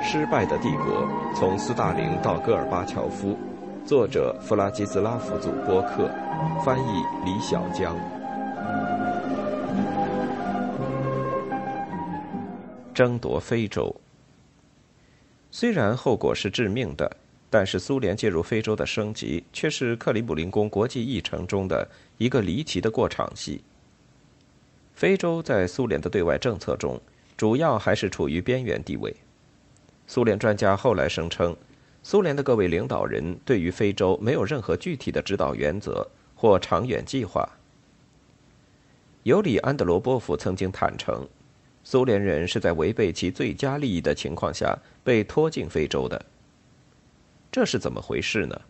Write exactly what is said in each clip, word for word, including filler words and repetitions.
失败的帝国：从斯大林到戈尔巴乔夫，作者弗拉基斯拉夫·祖波克，翻译李小江。争夺非洲，虽然后果是致命的，但是苏联介入非洲的升级却是克里姆林宫国际议程中的一个离奇的过场戏。非洲在苏联的对外政策中，主要还是处于边缘地位。苏联专家后来声称，苏联的各位领导人对于非洲没有任何具体的指导原则或长远计划。尤里·安德罗波夫曾经坦诚，苏联人是在违背其最佳利益的情况下被拖进非洲的。这是怎么回事呢？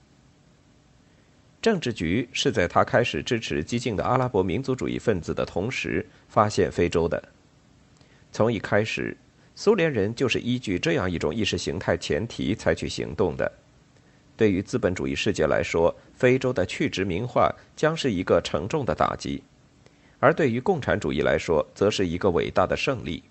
政治局是在他开始支持激进的阿拉伯民族主义分子的同时发现非洲的。从一开始，苏联人就是依据这样一种意识形态前提采取行动的。对于资本主义世界来说，非洲的去殖民化将是一个沉重的打击，而对于共产主义来说，则是一个伟大的胜利。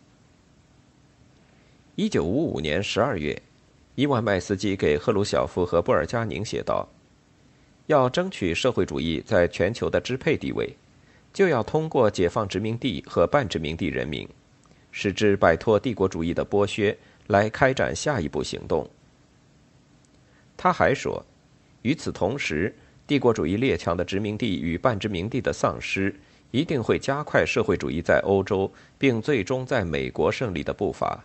一九五五年十二月，伊万麦斯基给赫鲁晓夫和布尔加宁写道：要争取社会主义在全球的支配地位，就要通过解放殖民地和半殖民地人民，使之摆脱帝国主义的剥削，来开展下一步行动。他还说，与此同时，帝国主义列强的殖民地与半殖民地的丧失，一定会加快社会主义在欧洲，并最终在美国胜利的步伐。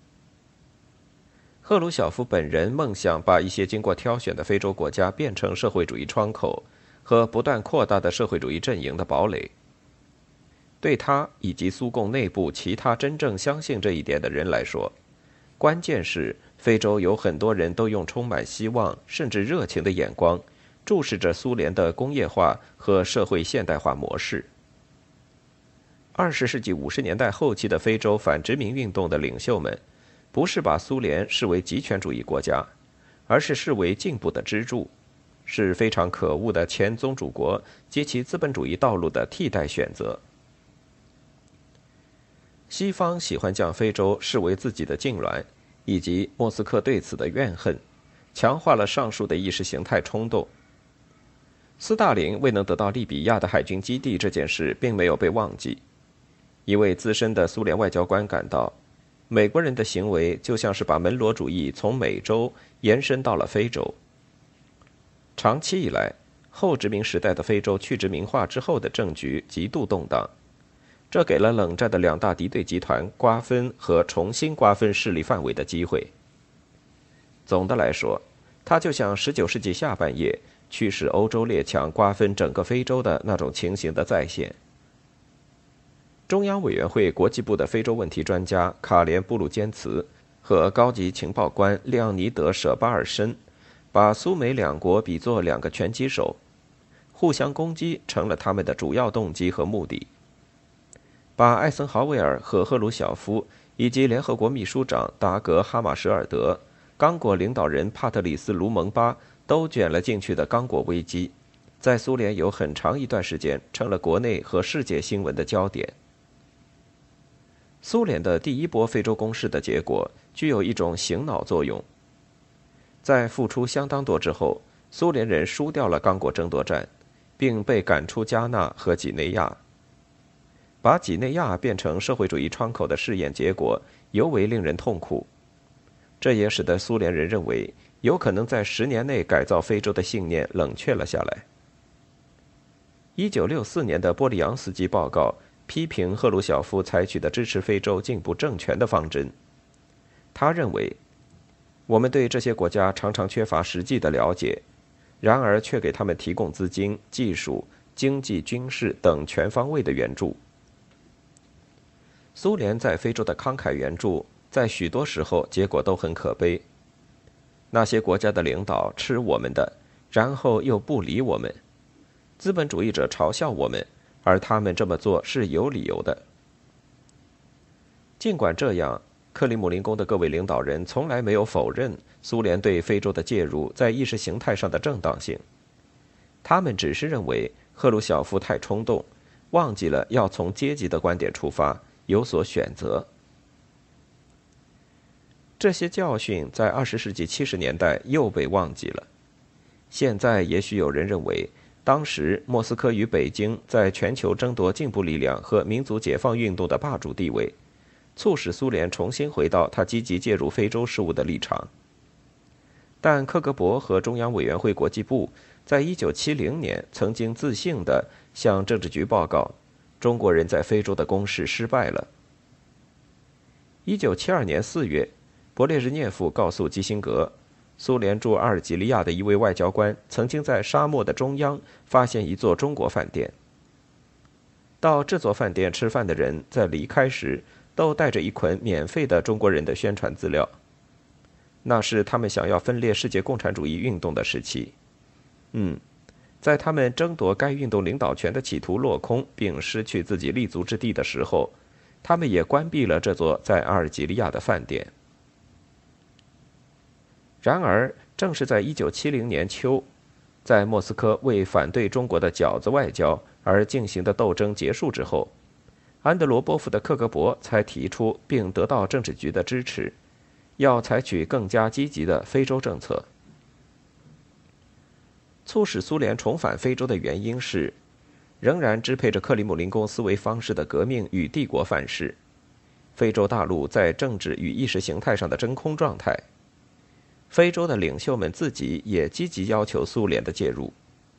赫鲁晓夫本人梦想把一些经过挑选的非洲国家变成社会主义窗口和不断扩大的社会主义阵营的堡垒。对他以及苏共内部其他真正相信这一点的人来说，关键是非洲有很多人都用充满希望甚至热情的眼光注视着苏联的工业化和社会现代化模式。二十世纪五十年代后期的非洲反殖民运动的领袖们，不是把苏联视为极权主义国家，而是视为进步的支柱，是非常可恶的前宗主国及其资本主义道路的替代选择。西方喜欢将非洲视为自己的痉挛，以及莫斯科对此的怨恨，强化了上述的意识形态冲动。斯大林未能得到利比亚的海军基地这件事并没有被忘记。一位资深的苏联外交官感到，美国人的行为就像是把门罗主义从美洲延伸到了非洲。长期以来，后殖民时代的非洲去殖民化之后的政局极度动荡，这给了冷战的两大敌对集团瓜分和重新瓜分势力范围的机会。总的来说，它就像十九世纪下半叶驱使欧洲列强瓜分整个非洲的那种情形的再现。中央委员会国际部的非洲问题专家卡连布鲁坚茨和高级情报官列昂尼德舍巴尔申把苏美两国比作两个拳击手，互相攻击成了他们的主要动机和目的。把艾森豪威尔和赫鲁晓夫以及联合国秘书长达格哈马舍尔德、刚果领导人帕特里斯卢蒙巴都卷了进去的刚果危机，在苏联有很长一段时间成了国内和世界新闻的焦点。苏联的第一波非洲攻势的结果具有一种醒脑作用。在付出相当多之后，苏联人输掉了刚果争夺战，并被赶出加纳和几内亚。把几内亚变成社会主义窗口的试验结果尤为令人痛苦，这也使得苏联人认为有可能在十年内改造非洲的信念冷却了下来。一九六四年的波利扬斯基报告批评赫鲁晓夫采取的支持非洲进步政权的方针。他认为，我们对这些国家常常缺乏实际的了解，然而却给他们提供资金、技术、经济、军事等全方位的援助。苏联在非洲的慷慨援助，在许多时候结果都很可悲。那些国家的领导吃我们的，然后又不理我们。资本主义者嘲笑我们，而他们这么做是有理由的。尽管这样，克里姆林宫的各位领导人从来没有否认苏联对非洲的介入在意识形态上的正当性。他们只是认为赫鲁晓夫太冲动，忘记了要从阶级的观点出发，有所选择。 这些教训在二十世纪七十年代又被忘记了。现在也许有人认为，当时莫斯科与北京在全球争夺进步力量和民族解放运动的霸主地位，促使苏联重新回到他积极介入非洲事务的立场。但克格勃和中央委员会国际部在一九七零年曾经自信地向政治局报告，中国人在非洲的攻势失败了。一九七二年四月，勃列日涅夫告诉基辛格，苏联驻阿尔及利亚的一位外交官曾经在沙漠的中央发现一座中国饭店。到这座饭店吃饭的人在离开时都带着一捆免费的中国人的宣传资料，那是他们想要分裂世界共产主义运动的时期。嗯，在他们争夺该运动领导权的企图落空并失去自己立足之地的时候，他们也关闭了这座在阿尔及利亚的饭店。然而，正是在一九七零年秋，在莫斯科为反对中国的饺子外交而进行的斗争结束之后，安德罗波夫的克格勃才提出并得到政治局的支持，要采取更加积极的非洲政策。促使苏联重返非洲的原因是，仍然支配着克里姆林宫思维方式的革命与帝国范式，非洲大陆在政治与意识形态上的真空状态。非洲的领袖们自己也积极要求苏联的介入。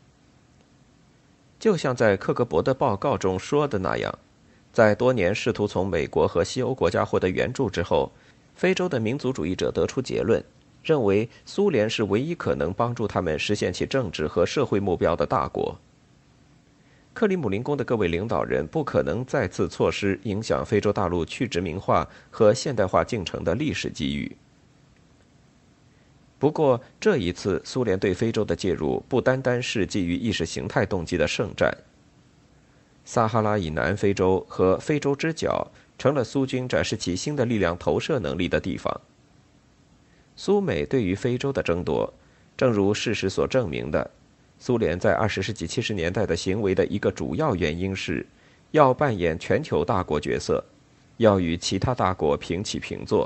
就像在克格勃的报告中说的那样，在多年试图从美国和西欧国家获得援助之后，非洲的民族主义者得出结论，认为苏联是唯一可能帮助他们实现其政治和社会目标的大国。克里姆林宫的各位领导人不可能再次错失影响非洲大陆去殖民化和现代化进程的历史机遇。不过，这一次苏联对非洲的介入不单单是基于意识形态动机的圣战。撒哈拉以南非洲和非洲之角成了苏军展示其新的力量投射能力的地方。苏美对于非洲的争夺，正如事实所证明的，苏联在二十世纪七十年代的行为的一个主要原因是，要扮演全球大国角色，要与其他大国平起平坐。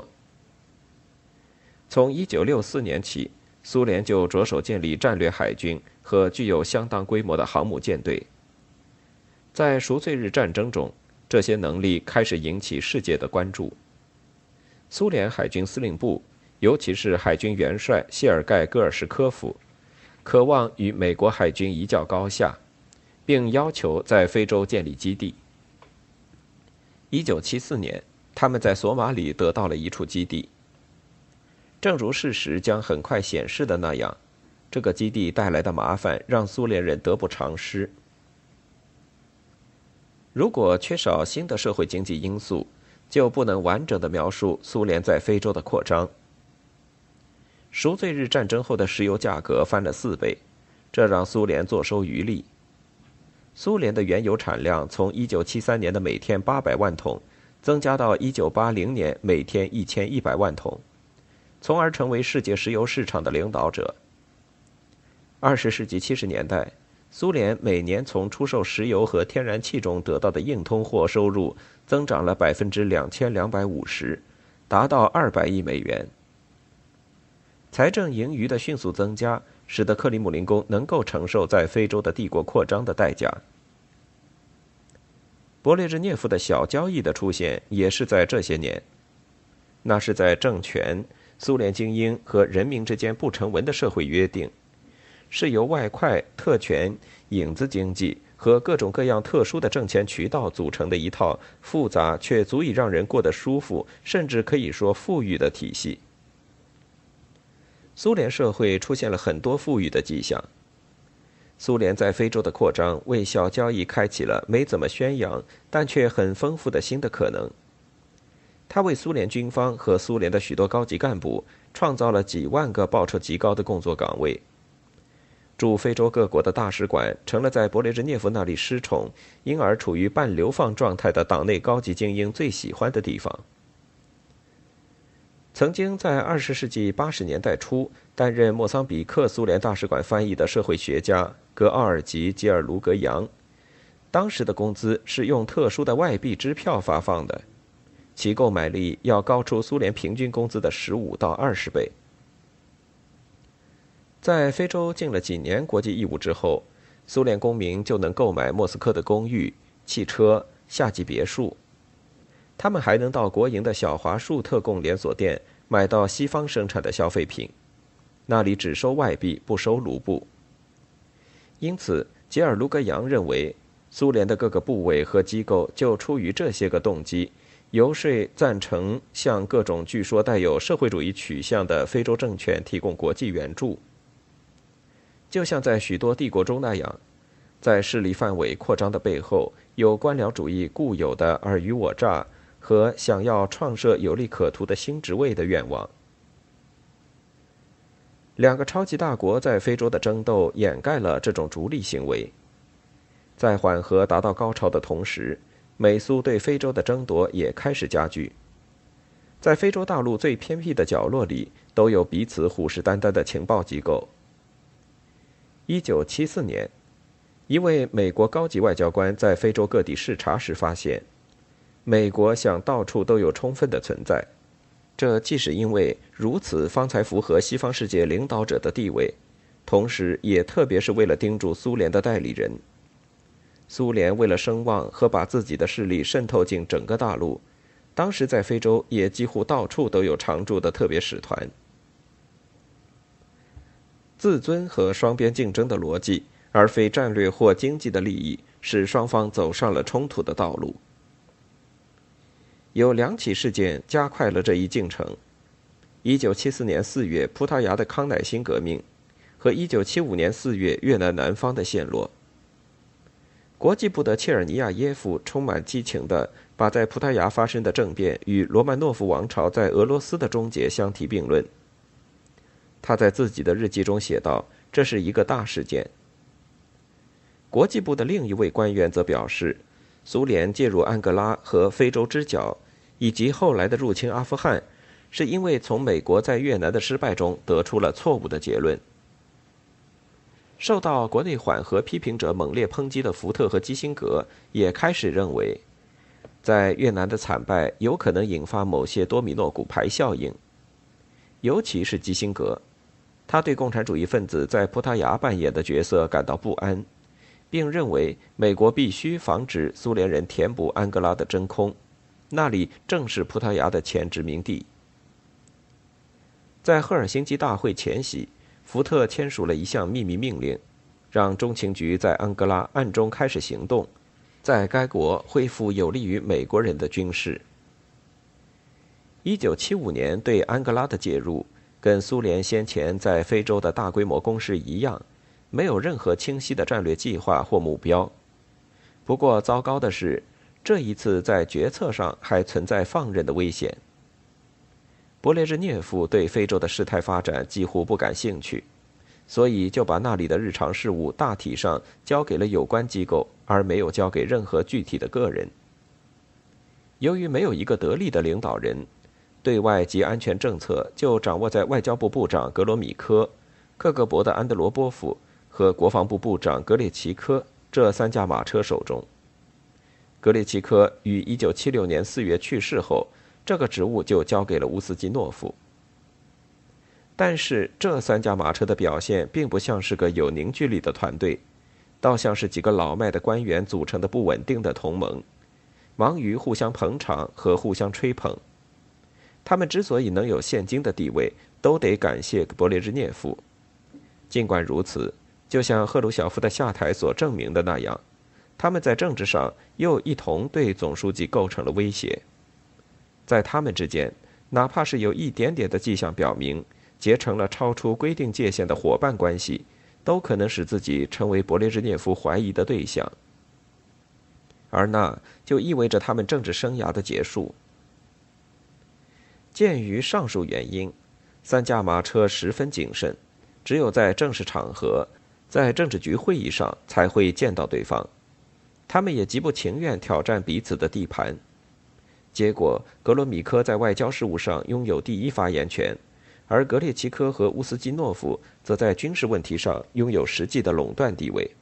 从一九六四年起，苏联就着手建立战略海军和具有相当规模的航母舰队。在赎罪日战争中，这些能力开始引起世界的关注。苏联海军司令部，尤其是海军元帅谢尔盖·戈尔什科夫，渴望与美国海军一较高下，并要求在非洲建立基地。一九七四年，他们在索马里得到了一处基地。正如事实将很快显示的那样，这个基地带来的麻烦让苏联人得不偿失。如果缺少新的社会经济因素，就不能完整地描述苏联在非洲的扩张。赎罪日战争后的石油价格翻了四倍，这让苏联坐收渔利。苏联的原油产量从一九七三年的每天八百万桶，增加到一九八零年每天一千一百万桶，从而成为世界石油市场的领导者。二十世纪七十年代，苏联每年从出售石油和天然气中得到的硬通货收入增长了百分之两千两百五十，达到二百亿美元。财政盈余的迅速增加，使得克里姆林宫能够承受在非洲的帝国扩张的代价。勃列日涅夫的小交易的出现也是在这些年，那是在政权、苏联精英和人民之间不成文的社会约定，是由外快、特权、影子经济和各种各样特殊的挣钱渠道组成的一套复杂却足以让人过得舒服，甚至可以说富裕的体系。苏联社会出现了很多富裕的迹象。苏联在非洲的扩张为小交易开启了没怎么宣扬但却很丰富的新的可能。它为苏联军方和苏联的许多高级干部创造了几万个报酬极高的工作岗位。驻非洲各国的大使馆成了在勃列日涅夫那里失宠，因而处于半流放状态的党内高级精英最喜欢的地方。曾经在二十世纪八十年代初担任莫桑比克苏联大使馆翻译的社会学家格奥尔吉·吉尔卢格扬，当时的工资是用特殊的外币支票发放的， 其购买力要高出苏联平均工资的十五到二十倍。在非洲尽了几年国际义务之后，苏联公民就能购买莫斯科的公寓、汽车、夏季别墅。他们还能到国营的小华数特供连锁店买到西方生产的消费品，那里只收外币，不收卢布。因此，吉尔卢格扬认为，苏联的各个部委和机构就出于这些个动机，游说赞成向各种据说带有社会主义取向的非洲政权提供国际援助。就像在许多帝国中那样，在势力范围扩张的背后，有官僚主义固有的尔虞我诈和想要创设有利可图的新职位的愿望。两个超级大国在非洲的争斗掩盖了这种逐利行为。在缓和达到高潮的同时，美苏对非洲的争夺也开始加剧。在非洲大陆最偏僻的角落里，都有彼此虎视眈眈的情报机构。一九七四年，一位美国高级外交官在非洲各地视察时发现，美国想到处都有充分的存在。这既是因为如此方才符合西方世界领导者的地位，同时也特别是为了盯住苏联的代理人。苏联为了声望和把自己的势力渗透进整个大陆，当时在非洲也几乎到处都有常驻的特别使团。自尊和双边竞争的逻辑，而非战略或经济的利益，使双方走上了冲突的道路。有两起事件加快了这一进程：一九七四年四月葡萄牙的康乃馨革命和一九七五年四月越南南方的陷落。国际部的切尔尼亚耶夫充满激情地把在葡萄牙发生的政变与罗曼诺夫王朝在俄罗斯的终结相提并论。他在自己的日记中写道：“这是一个大事件。”国际部的另一位官员则表示，苏联介入安哥拉和非洲之角，以及后来的入侵阿富汗，是因为从美国在越南的失败中得出了错误的结论。受到国内缓和批评者猛烈抨击的福特和基辛格也开始认为，在越南的惨败有可能引发某些多米诺骨牌效应，尤其是基辛格。他对共产主义分子在葡萄牙扮演的角色感到不安，并认为美国必须防止苏联人填补安哥拉的真空，那里正是葡萄牙的前殖民地。在赫尔辛基大会前夕，福特签署了一项秘密命令，让中情局在安哥拉暗中开始行动，在该国恢复有利于美国人的军事。一九七五年对安哥拉的介入，跟苏联先前在非洲的大规模攻势一样，没有任何清晰的战略计划或目标。不过糟糕的是，这一次在决策上还存在放任的危险。勃列日涅夫对非洲的事态发展几乎不感兴趣，所以就把那里的日常事务大体上交给了有关机构，而没有交给任何具体的个人。由于没有一个得力的领导人，对外及安全政策就掌握在外交部部长格罗米科、克格勃的安德罗波夫和国防部部长格列奇科这三驾马车手中。格列奇科于一九七六年四月去世后，这个职务就交给了乌斯基诺夫。但是这三驾马车的表现并不像是个有凝聚力的团队，倒像是几个老迈的官员组成的不稳定的同盟，忙于互相捧场和互相吹捧。他们之所以能有现今的地位，都得感谢勃列日涅夫。尽管如此，就像赫鲁晓夫的下台所证明的那样，他们在政治上又一同对总书记构成了威胁。在他们之间，哪怕是有一点点的迹象表明结成了超出规定界限的伙伴关系，都可能使自己成为勃列日涅夫怀疑的对象，而那就意味着他们政治生涯的结束。鉴于上述原因，三驾马车十分谨慎，只有在正式场合，在政治局会议上才会见到对方。他们也极不情愿挑战彼此的地盘。结果，格罗米科在外交事务上拥有第一发言权，而格列奇科和乌斯基诺夫则在军事问题上拥有实际的垄断地位。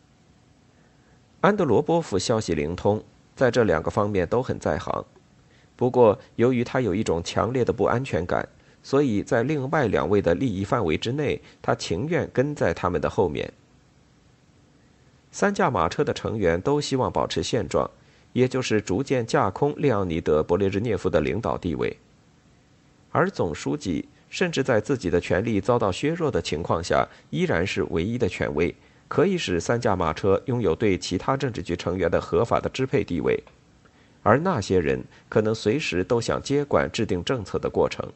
安德罗波夫消息灵通，在这两个方面都很在行。 不过，由于他有一种强烈的不安全感，所以在另外两位的利益范围之内，他情愿跟在他们的后面。三驾马车的成员都希望保持现状，也就是逐渐架空列昂尼德·勃列日涅夫的领导地位。而总书记甚至在自己的权力遭到削弱的情况下，依然是唯一的权威，可以使三驾马车拥有对其他政治局成员的合法的支配地位，而那些人可能随时都想接管制定政策的过程。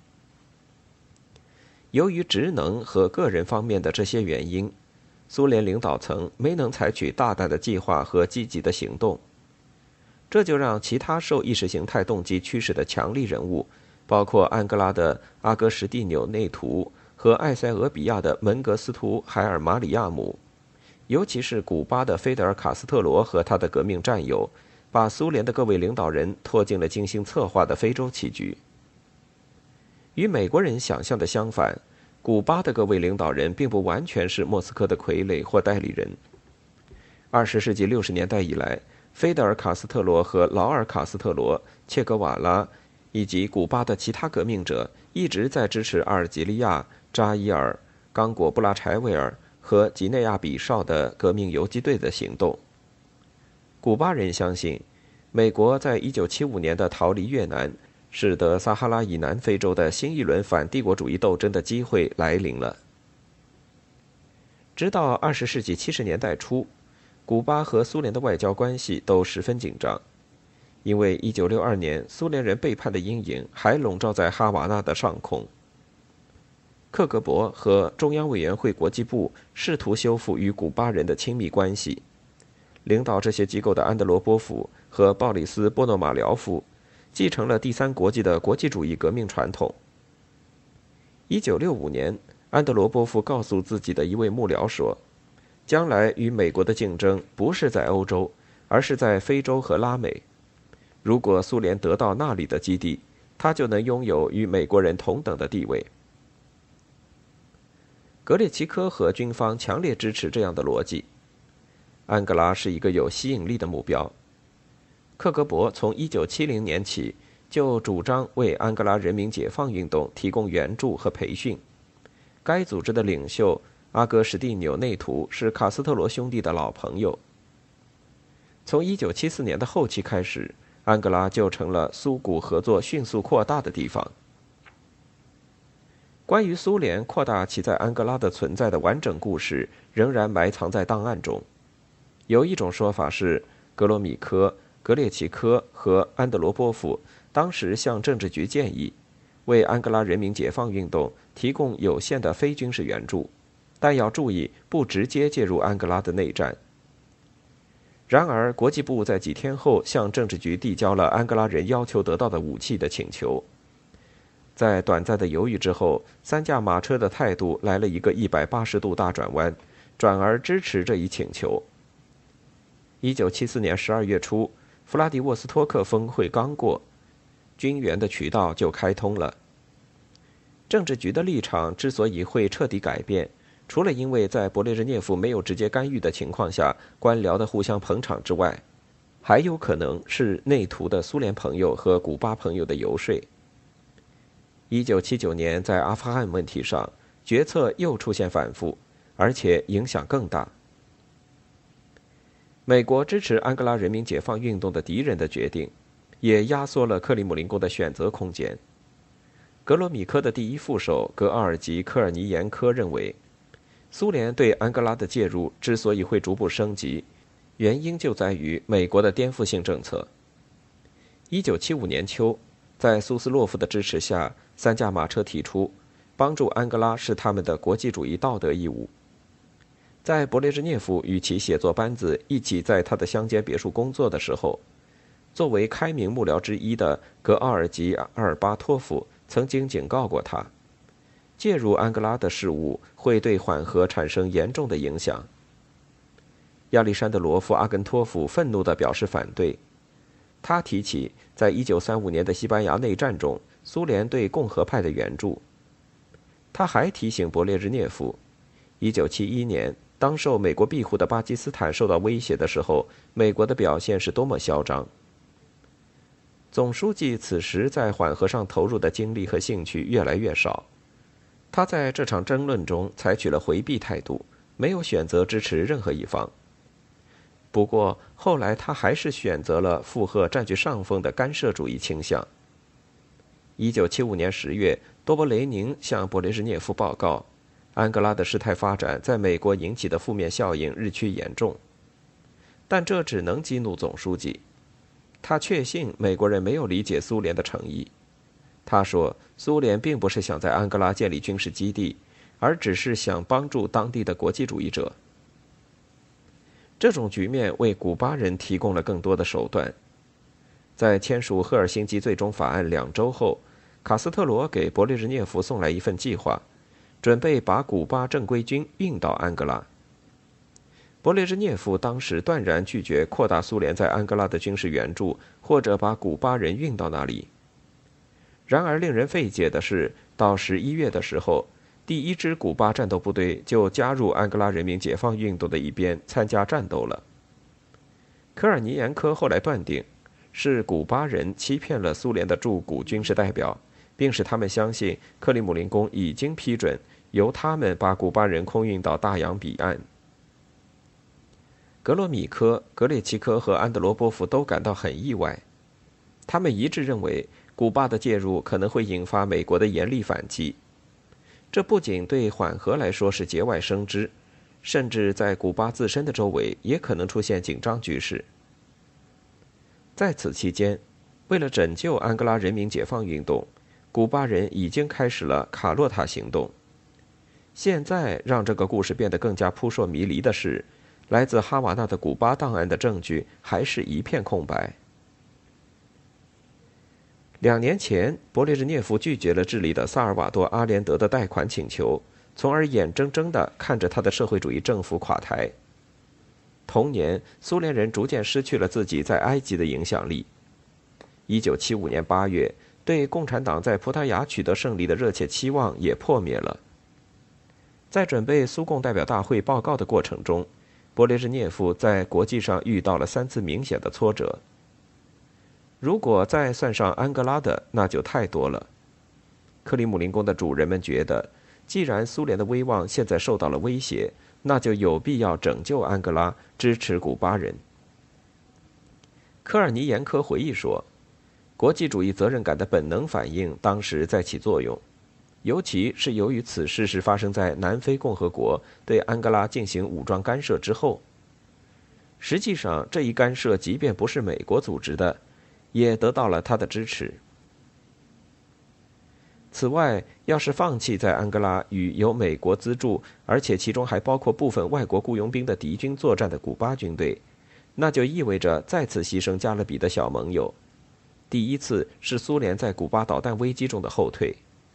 由于职能和个人方面的这些原因，苏联领导层没能采取大胆的计划和积极的行动，这就让其他受意识形态动机驱使的强力人物，包括安哥拉的阿戈什蒂纽内图和埃塞俄比亚的门格斯图海尔马里亚姆，尤其是古巴的菲德尔卡斯特罗和他的革命战友，把苏联的各位领导人拖进了精心策划的非洲棋局。与美国人想象的相反，古巴的各位领导人并不完全是莫斯科的傀儡或代理人。二十世纪六十年代以来，菲德尔·卡斯特罗和劳尔·卡斯特罗、切格瓦拉以及古巴的其他革命者一直在支持阿尔及利亚、扎伊尔、刚果布拉柴维尔和几内亚比绍的革命游击队的行动。古巴人相信，美国在一九七五年的逃离越南，使得撒哈拉以南非洲的新一轮反帝国主义斗争的机会来临了。直到二十世纪七十年代初，古巴和苏联的外交关系都十分紧张，因为一九六二年苏联人背叛的阴影还笼罩在哈瓦那的上空。克格勃和中央委员会国际部试图修复与古巴人的亲密关系，领导这些机构的安德罗波夫和鲍里斯·波诺马廖夫继承了第三国际的国际主义革命传统。一九六五年，安德罗波夫告诉自己的一位幕僚说，将来与美国的竞争不是在欧洲，而是在非洲和拉美。如果苏联得到那里的基地，他就能拥有与美国人同等的地位。格列奇科和军方强烈支持这样的逻辑。安哥拉是一个有吸引力的目标。克格勃从一九七零年起就主张为安哥拉人民解放运动提供援助和培训。该组织的领袖阿戈什蒂纽内图是卡斯特罗兄弟的老朋友。从一九七四年的后期开始，安哥拉就成了苏古合作迅速扩大的地方。关于苏联扩大其在安哥拉的存在的完整故事仍然埋藏在档案中。有一种说法是，格罗米科、格列奇科和安德罗波夫当时向政治局建议，为安哥拉人民解放运动提供有限的非军事援助，但要注意不直接介入安哥拉的内战。然而，国际部在几天后向政治局递交了安哥拉人要求得到的武器的请求。在短暂的犹豫之后，三驾马车的态度来了一个一百八十度大转弯，转而支持这一请求。一九七四年十二月初，弗拉迪沃斯托克峰会刚过，军援的渠道就开通了。政治局的立场之所以会彻底改变，除了因为在勃列日涅夫没有直接干预的情况下，官僚的互相捧场之外，还有可能是内图的苏联朋友和古巴朋友的游说。一九七九年，在阿富汗问题上，决策又出现反复，而且影响更大。美国支持安哥拉人民解放运动的敌人的决定，也压缩了克里姆林宫的选择空间。格罗米科的第一副手格奥尔吉·科尔尼延科认为，苏联对安哥拉的介入之所以会逐步升级，原因就在于美国的颠覆性政策。一九七五年秋，在苏斯洛夫的支持下，三驾马车提出，帮助安哥拉是他们的国际主义道德义务。在勃列日涅夫与其写作班子一起在他的乡间别墅工作的时候，作为开明幕僚之一的格奥尔吉·阿尔巴托夫曾经警告过他，介入安哥拉的事务会对缓和产生严重的影响。亚历山德罗夫·阿根托夫愤怒地表示反对。他提起在一九三五年的西班牙内战中苏联对共和派的援助。他还提醒勃列日涅夫，一九七一年当受美国庇护的巴基斯坦受到威胁的时候，美国的表现是多么嚣张。 总书记此时在缓和上投入的精力和兴趣越来越少，他在这场争论中采取了回避态度，没有选择支持任何一方。不过后来他还是选择了附和占据上风的干涉主义倾向。一九七五年十月，多勃雷宁向勃列日涅夫报告，安哥拉的事态发展在美国引起的负面效应日趋严重。但这只能激怒总书记，他确信美国人没有理解苏联的诚意。他说，苏联并不是想在安哥拉建立军事基地，而只是想帮助当地的国际主义者。这种局面为古巴人提供了更多的手段。在签署赫尔辛基最终法案两周后，卡斯特罗给勃列日涅夫送来一份计划，准备把古巴正规军运到安哥拉。勃列日涅夫当时断然拒绝扩大苏联在安哥拉的军事援助，或者把古巴人运到那里。然而令人费解的是，到十一月的时候，第一支古巴战斗部队就加入安哥拉人民解放运动的一边参加战斗了。科尔尼延科后来断定，是古巴人欺骗了苏联的驻古军事代表，并使他们相信克里姆林宫已经批准由他们把古巴人空运到大洋彼岸。格罗米科、格列奇科和安德罗波夫都感到很意外，他们一致认为古巴的介入可能会引发美国的严厉反击。这不仅对缓和来说是节外生枝，甚至在古巴自身的周围也可能出现紧张局势。在此期间，为了拯救安哥拉人民解放运动，古巴人已经开始了卡洛塔行动。现在让这个故事变得更加扑朔迷离的是，来自哈瓦那的古巴档案的证据还是一片空白。两年前，勃列日涅夫拒绝了智利的萨尔瓦多·阿连德的贷款请求，从而眼睁睁地看着他的社会主义政府垮台。同年，苏联人逐渐失去了自己在埃及的影响力。一九七五年八月，对共产党在葡萄牙取得胜利的热切期望也破灭了。在准备苏共代表大会报告的过程中，勃列日涅夫在国际上遇到了三次明显的挫折。如果再算上安哥拉的，那就太多了。克里姆林宫的主人们觉得，既然苏联的威望现在受到了威胁，那就有必要拯救安哥拉，支持古巴人。科尔尼延科回忆说，国际主义责任感的本能反应当时在起作用，尤其是由于此事是发生在南非共和国对安哥拉进行武装干涉之后。实际上，这一干涉即便不是美国组织的，也得到了他的支持。此外，要是放弃在安哥拉与由美国资助，而且其中还包括部分外国雇佣兵的敌军作战的古巴军队，那就意味着再次牺牲加勒比的小盟友。第一次是苏联在古巴导弹危机中的后退。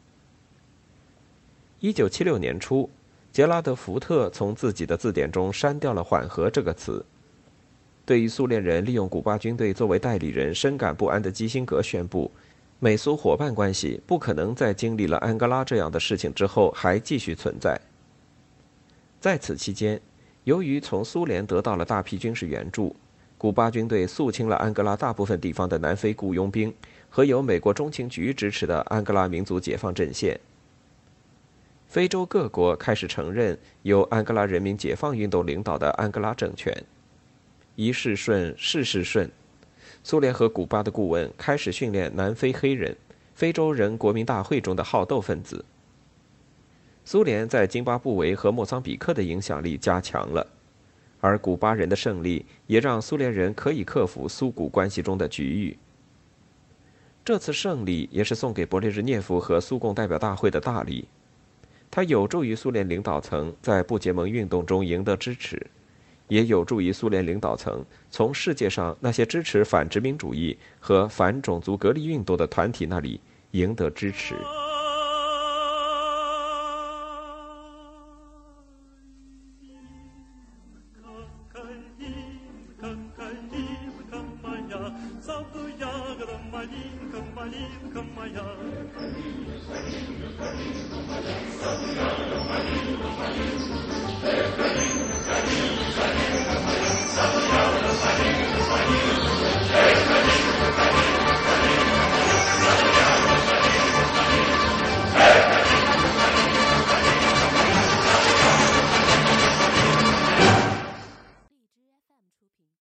一九七六年初，杰拉德·福特从自己的字典中删掉了“缓和”这个词。对于苏联人利用古巴军队作为代理人深感不安的基辛格宣布，美苏伙伴关系不可能在经历了安哥拉这样的事情之后还继续存在。在此期间，由于从苏联得到了大批军事援助，古巴军队肃清了安哥拉大部分地方的南非雇佣兵和由美国中情局支持的安哥拉民族解放阵线。非洲各国开始承认由安哥拉人民解放运动领导的安哥拉政权。一事顺，事事顺。苏联和古巴的顾问开始训练南非黑人、非洲人国民大会中的好斗分子。苏联在津巴布韦和莫桑比克的影响力加强了，而古巴人的胜利也让苏联人可以克服苏古关系中的局域。这次胜利也是送给勃列日涅夫和苏共代表大会的大礼，它有助于苏联领导层在不结盟运动中赢得支持，也有助于苏联领导层从世界上那些支持反殖民主义和反种族隔离运动的团体那里赢得支持。 Hey,